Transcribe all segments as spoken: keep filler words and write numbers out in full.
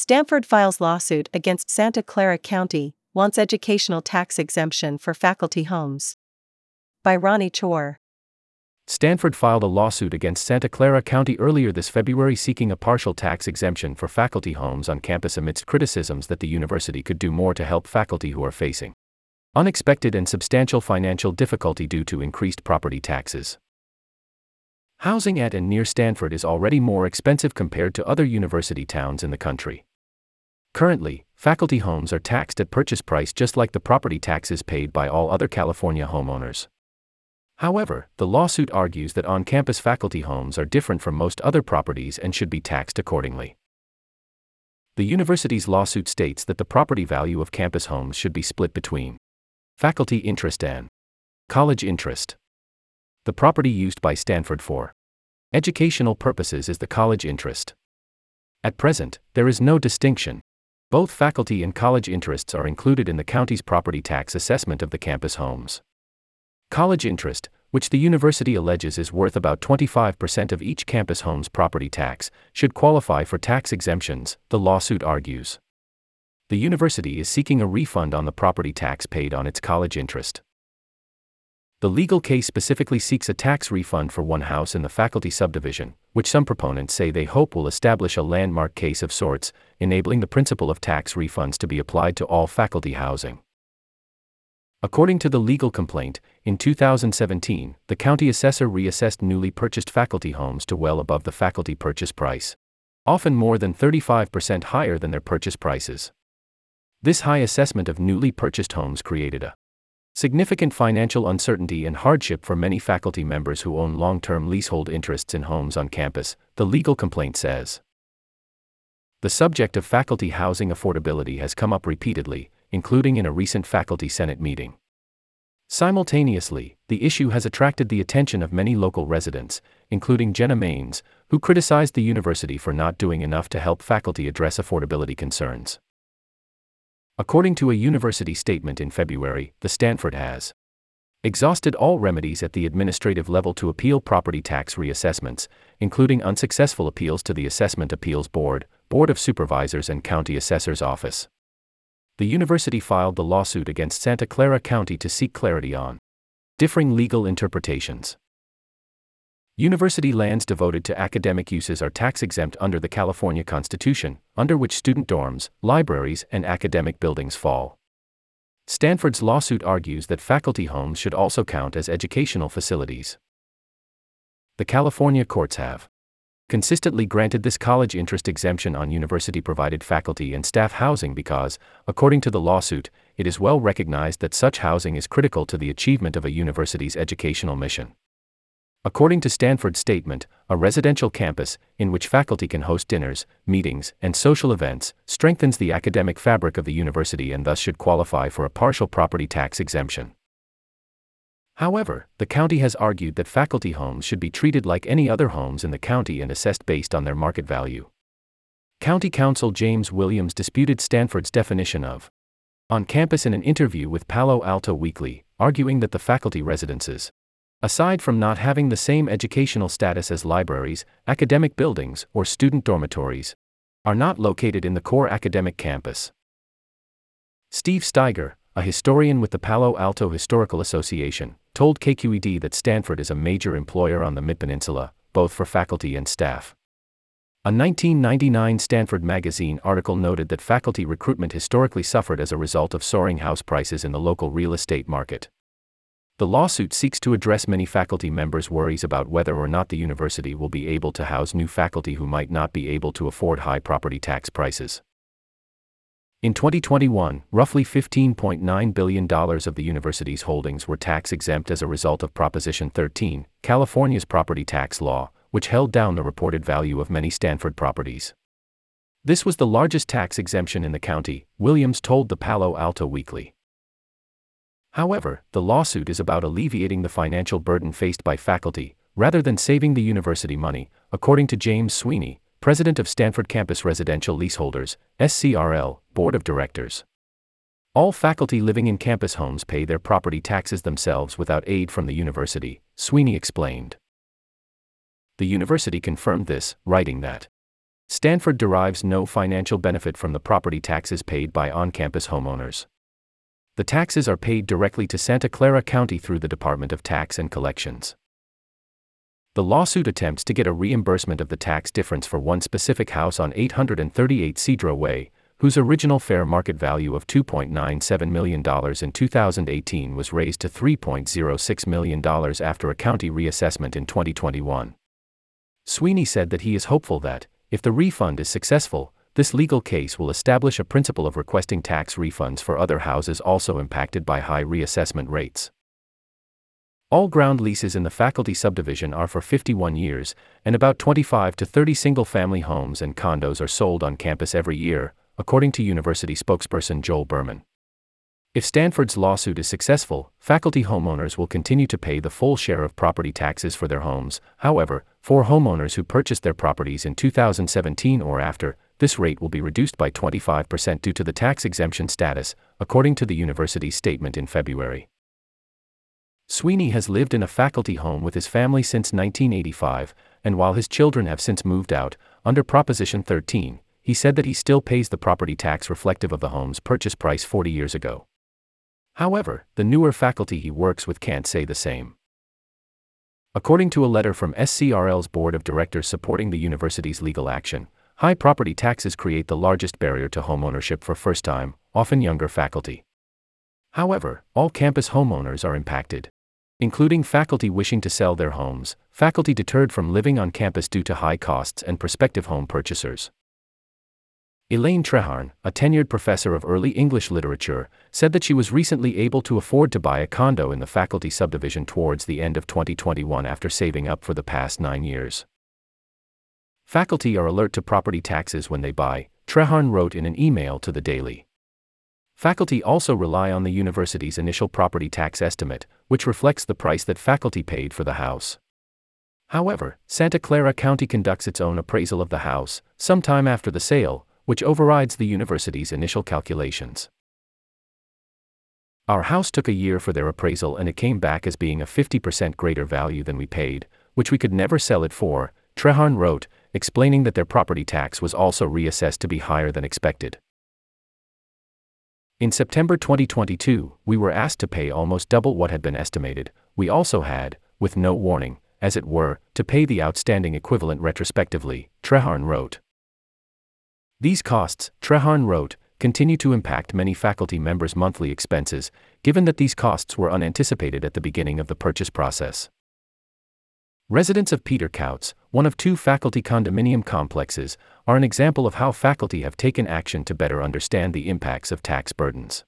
Stanford files lawsuit against Santa Clara County, wants educational tax exemption for faculty homes. By Ronnie Chor. Stanford filed a lawsuit against Santa Clara County earlier this February seeking a partial tax exemption for faculty homes on campus amidst criticisms that the university could do more to help faculty who are facing unexpected and substantial financial difficulty due to increased property taxes. Housing at and near Stanford is already more expensive compared to other university towns in the country. Currently, faculty homes are taxed at purchase price just like the property taxes paid by all other California homeowners. However, the lawsuit argues that on-campus faculty homes are different from most other properties and should be taxed accordingly. The university's lawsuit states that the property value of campus homes should be split between faculty interest and college interest. The property used by Stanford for educational purposes is the college interest. At present, there is no distinction. Both faculty and college interests are included in the county's property tax assessment of the campus homes. College interest, which the university alleges is worth about twenty-five percent of each campus home's property tax, should qualify for tax exemptions, the lawsuit argues. The university is seeking a refund on the property tax paid on its college interest. The legal case specifically seeks a tax refund for one house in the faculty subdivision, which some proponents say they hope will establish a landmark case of sorts, enabling the principle of tax refunds to be applied to all faculty housing. According to the legal complaint, in two thousand seventeen, the county assessor reassessed newly purchased faculty homes to well above the faculty purchase price, often more than thirty-five percent higher than their purchase prices. This high assessment of newly purchased homes created a significant financial uncertainty and hardship for many faculty members who own long-term leasehold interests in homes on campus, the legal complaint says. The subject of faculty housing affordability has come up repeatedly, including in a recent faculty senate meeting. Simultaneously, the issue has attracted the attention of many local residents, including Jenna Maines, who criticized the university for not doing enough to help faculty address affordability concerns. According to a university statement in February, the Stanford has exhausted all remedies at the administrative level to appeal property tax reassessments, including unsuccessful appeals to the Assessment Appeals Board, Board of Supervisors and County Assessor's Office. The university filed the lawsuit against Santa Clara County to seek clarity on differing legal interpretations. University lands devoted to academic uses are tax-exempt under the California Constitution, under which student dorms, libraries, and academic buildings fall. Stanford's lawsuit argues that faculty homes should also count as educational facilities. The California courts have consistently granted this college interest exemption on university-provided faculty and staff housing because, according to the lawsuit, it is well recognized that such housing is critical to the achievement of a university's educational mission. According to Stanford's statement, a residential campus, in which faculty can host dinners, meetings, and social events, strengthens the academic fabric of the university and thus should qualify for a partial property tax exemption. However, the county has argued that faculty homes should be treated like any other homes in the county and assessed based on their market value. County Counsel James Williams disputed Stanford's definition of on campus in an interview with Palo Alto Weekly, arguing that the faculty residences, aside from not having the same educational status as libraries, academic buildings, or student dormitories, are not located in the core academic campus. Steve Steiger, a historian with the Palo Alto Historical Association, told K Q E D that Stanford is a major employer on the Mid-Peninsula, both for faculty and staff. A nineteen ninety-nine Stanford magazine article noted that faculty recruitment historically suffered as a result of soaring house prices in the local real estate market. The lawsuit seeks to address many faculty members' worries about whether or not the university will be able to house new faculty who might not be able to afford high property tax prices. In twenty twenty-one, roughly fifteen point nine billion dollars of the university's holdings were tax-exempt as a result of Proposition thirteen, California's property tax law, which held down the reported value of many Stanford properties. This was the largest tax exemption in the county, Williams told the Palo Alto Weekly. However, the lawsuit is about alleviating the financial burden faced by faculty, rather than saving the university money, according to James Sweeney, president of Stanford Campus Residential Leaseholders, S C R L, Board of Directors. All faculty living in campus homes pay their property taxes themselves without aid from the university, Sweeney explained. The university confirmed this, writing that Stanford derives no financial benefit from the property taxes paid by on-campus homeowners. The taxes are paid directly to Santa Clara County through the Department of Tax and Collections. The lawsuit attempts to get a reimbursement of the tax difference for one specific house on eight thirty-eight Cedro Way, whose original fair market value of two point nine seven million dollars in two thousand eighteen was raised to three point zero six million dollars after a county reassessment in twenty twenty-one. Sweeney said that he is hopeful that, if the refund is successful, this legal case will establish a principle of requesting tax refunds for other houses also impacted by high reassessment rates. All ground leases in the faculty subdivision are for fifty-one years, and about twenty-five to thirty single-family homes and condos are sold on campus every year, according to university spokesperson Joel Berman. If Stanford's lawsuit is successful, faculty homeowners will continue to pay the full share of property taxes for their homes. However, for homeowners who purchased their properties in two thousand seventeen or after, this rate will be reduced by twenty-five percent due to the tax exemption status, according to the university's statement in February. Sweeney has lived in a faculty home with his family since nineteen eighty-five, and while his children have since moved out, under Proposition thirteen, he said that he still pays the property tax reflective of the home's purchase price forty years ago. However, the newer faculty he works with can't say the same. According to a letter from S C R L's board of directors supporting the university's legal action, high property taxes create the largest barrier to homeownership for first-time, often younger faculty. However, all campus homeowners are impacted, including faculty wishing to sell their homes, faculty deterred from living on campus due to high costs, and prospective home purchasers. Elaine Treharne, a tenured professor of early English literature, said that she was recently able to afford to buy a condo in the faculty subdivision towards the end of twenty twenty-one after saving up for the past nine years. Faculty are alert to property taxes when they buy, Treharne wrote in an email to the Daily. Faculty also rely on the university's initial property tax estimate, which reflects the price that faculty paid for the house. However, Santa Clara County conducts its own appraisal of the house, sometime after the sale, which overrides the university's initial calculations. Our house took a year for their appraisal and it came back as being a fifty percent greater value than we paid, which we could never sell it for, Treharne wrote, explaining that their property tax was also reassessed to be higher than expected. In September twenty twenty-two, we were asked to pay almost double what had been estimated. We also had, with no warning, as it were, to pay the outstanding equivalent retrospectively, Treharne wrote. These costs, Treharne wrote, continue to impact many faculty members' monthly expenses, given that these costs were unanticipated at the beginning of the purchase process. Residents of Peter Couts, one of two faculty condominium complexes, are an example of how faculty have taken action to better understand the impacts of tax burdens.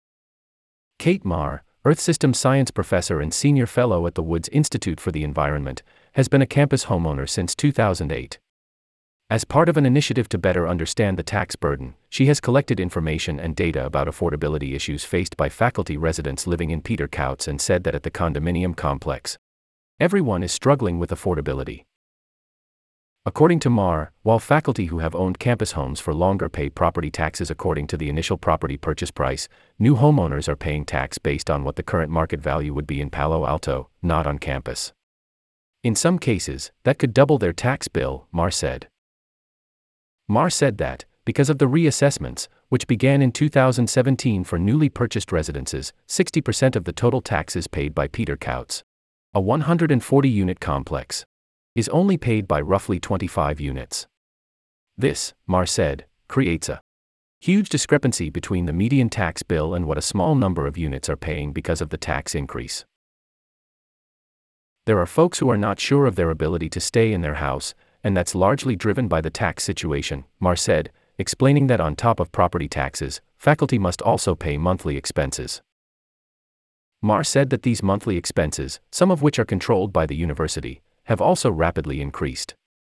Kate Marr, Earth System Science professor and senior fellow at the Woods Institute for the Environment, has been a campus homeowner since two thousand eight. As part of an initiative to better understand the tax burden, she has collected information and data about affordability issues faced by faculty residents living in Peter Couts and said that at the condominium complex, everyone is struggling with affordability. According to Marr, while faculty who have owned campus homes for longer pay property taxes according to the initial property purchase price, new homeowners are paying tax based on what the current market value would be in Palo Alto, not on campus. In some cases, that could double their tax bill, Marr said. Marr said that, because of the reassessments, which began in two thousand seventeen for newly purchased residences, sixty percent of the total taxes paid by Peter Couts, a one hundred forty unit complex, is only paid by roughly twenty-five units. This, Marr said, creates a huge discrepancy between the median tax bill and what a small number of units are paying because of the tax increase. There are folks who are not sure of their ability to stay in their house, and that's largely driven by the tax situation, Marr said, explaining that on top of property taxes, faculty must also pay monthly expenses. Marr said that these monthly expenses, some of which are controlled by the university, have also rapidly increased.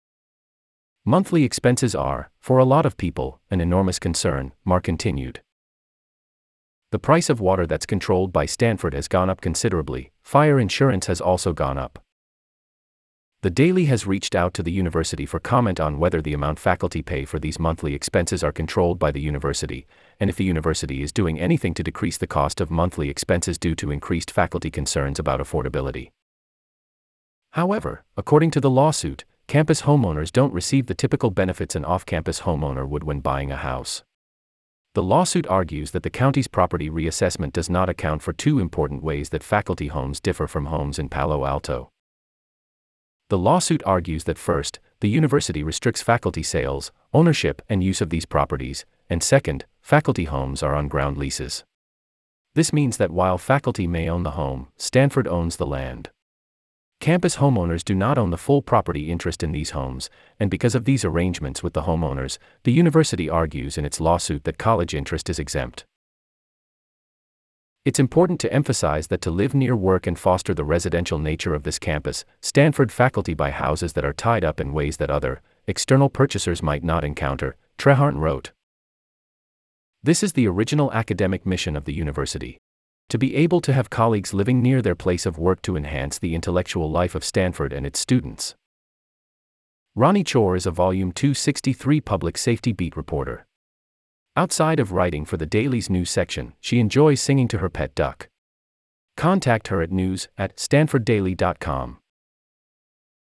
Monthly expenses are, for a lot of people, an enormous concern, Marr continued. The price of water that's controlled by Stanford has gone up considerably, fire insurance has also gone up. The Daily has reached out to the university for comment on whether the amount faculty pay for these monthly expenses are controlled by the university, and if the university is doing anything to decrease the cost of monthly expenses due to increased faculty concerns about affordability. However, according to the lawsuit, campus homeowners don't receive the typical benefits an off-campus homeowner would when buying a house. The lawsuit argues that the county's property reassessment does not account for two important ways that faculty homes differ from homes in Palo Alto. The lawsuit argues that first, the university restricts faculty sales, ownership, and use of these properties, and second, faculty homes are on ground leases. This means that while faculty may own the home, Stanford owns the land. Campus homeowners do not own the full property interest in these homes, and because of these arrangements with the homeowners, the university argues in its lawsuit that college interest is exempt. It's important to emphasize that to live near work and foster the residential nature of this campus, Stanford faculty buy houses that are tied up in ways that other, external purchasers might not encounter, Trehart wrote. This is the original academic mission of the university. To be able to have colleagues living near their place of work to enhance the intellectual life of Stanford and its students. Ronnie Chor is a Volume two sixty-three public safety beat reporter. Outside of writing for the Daily's news section, she enjoys singing to her pet duck. Contact her at news at stanford daily dot com.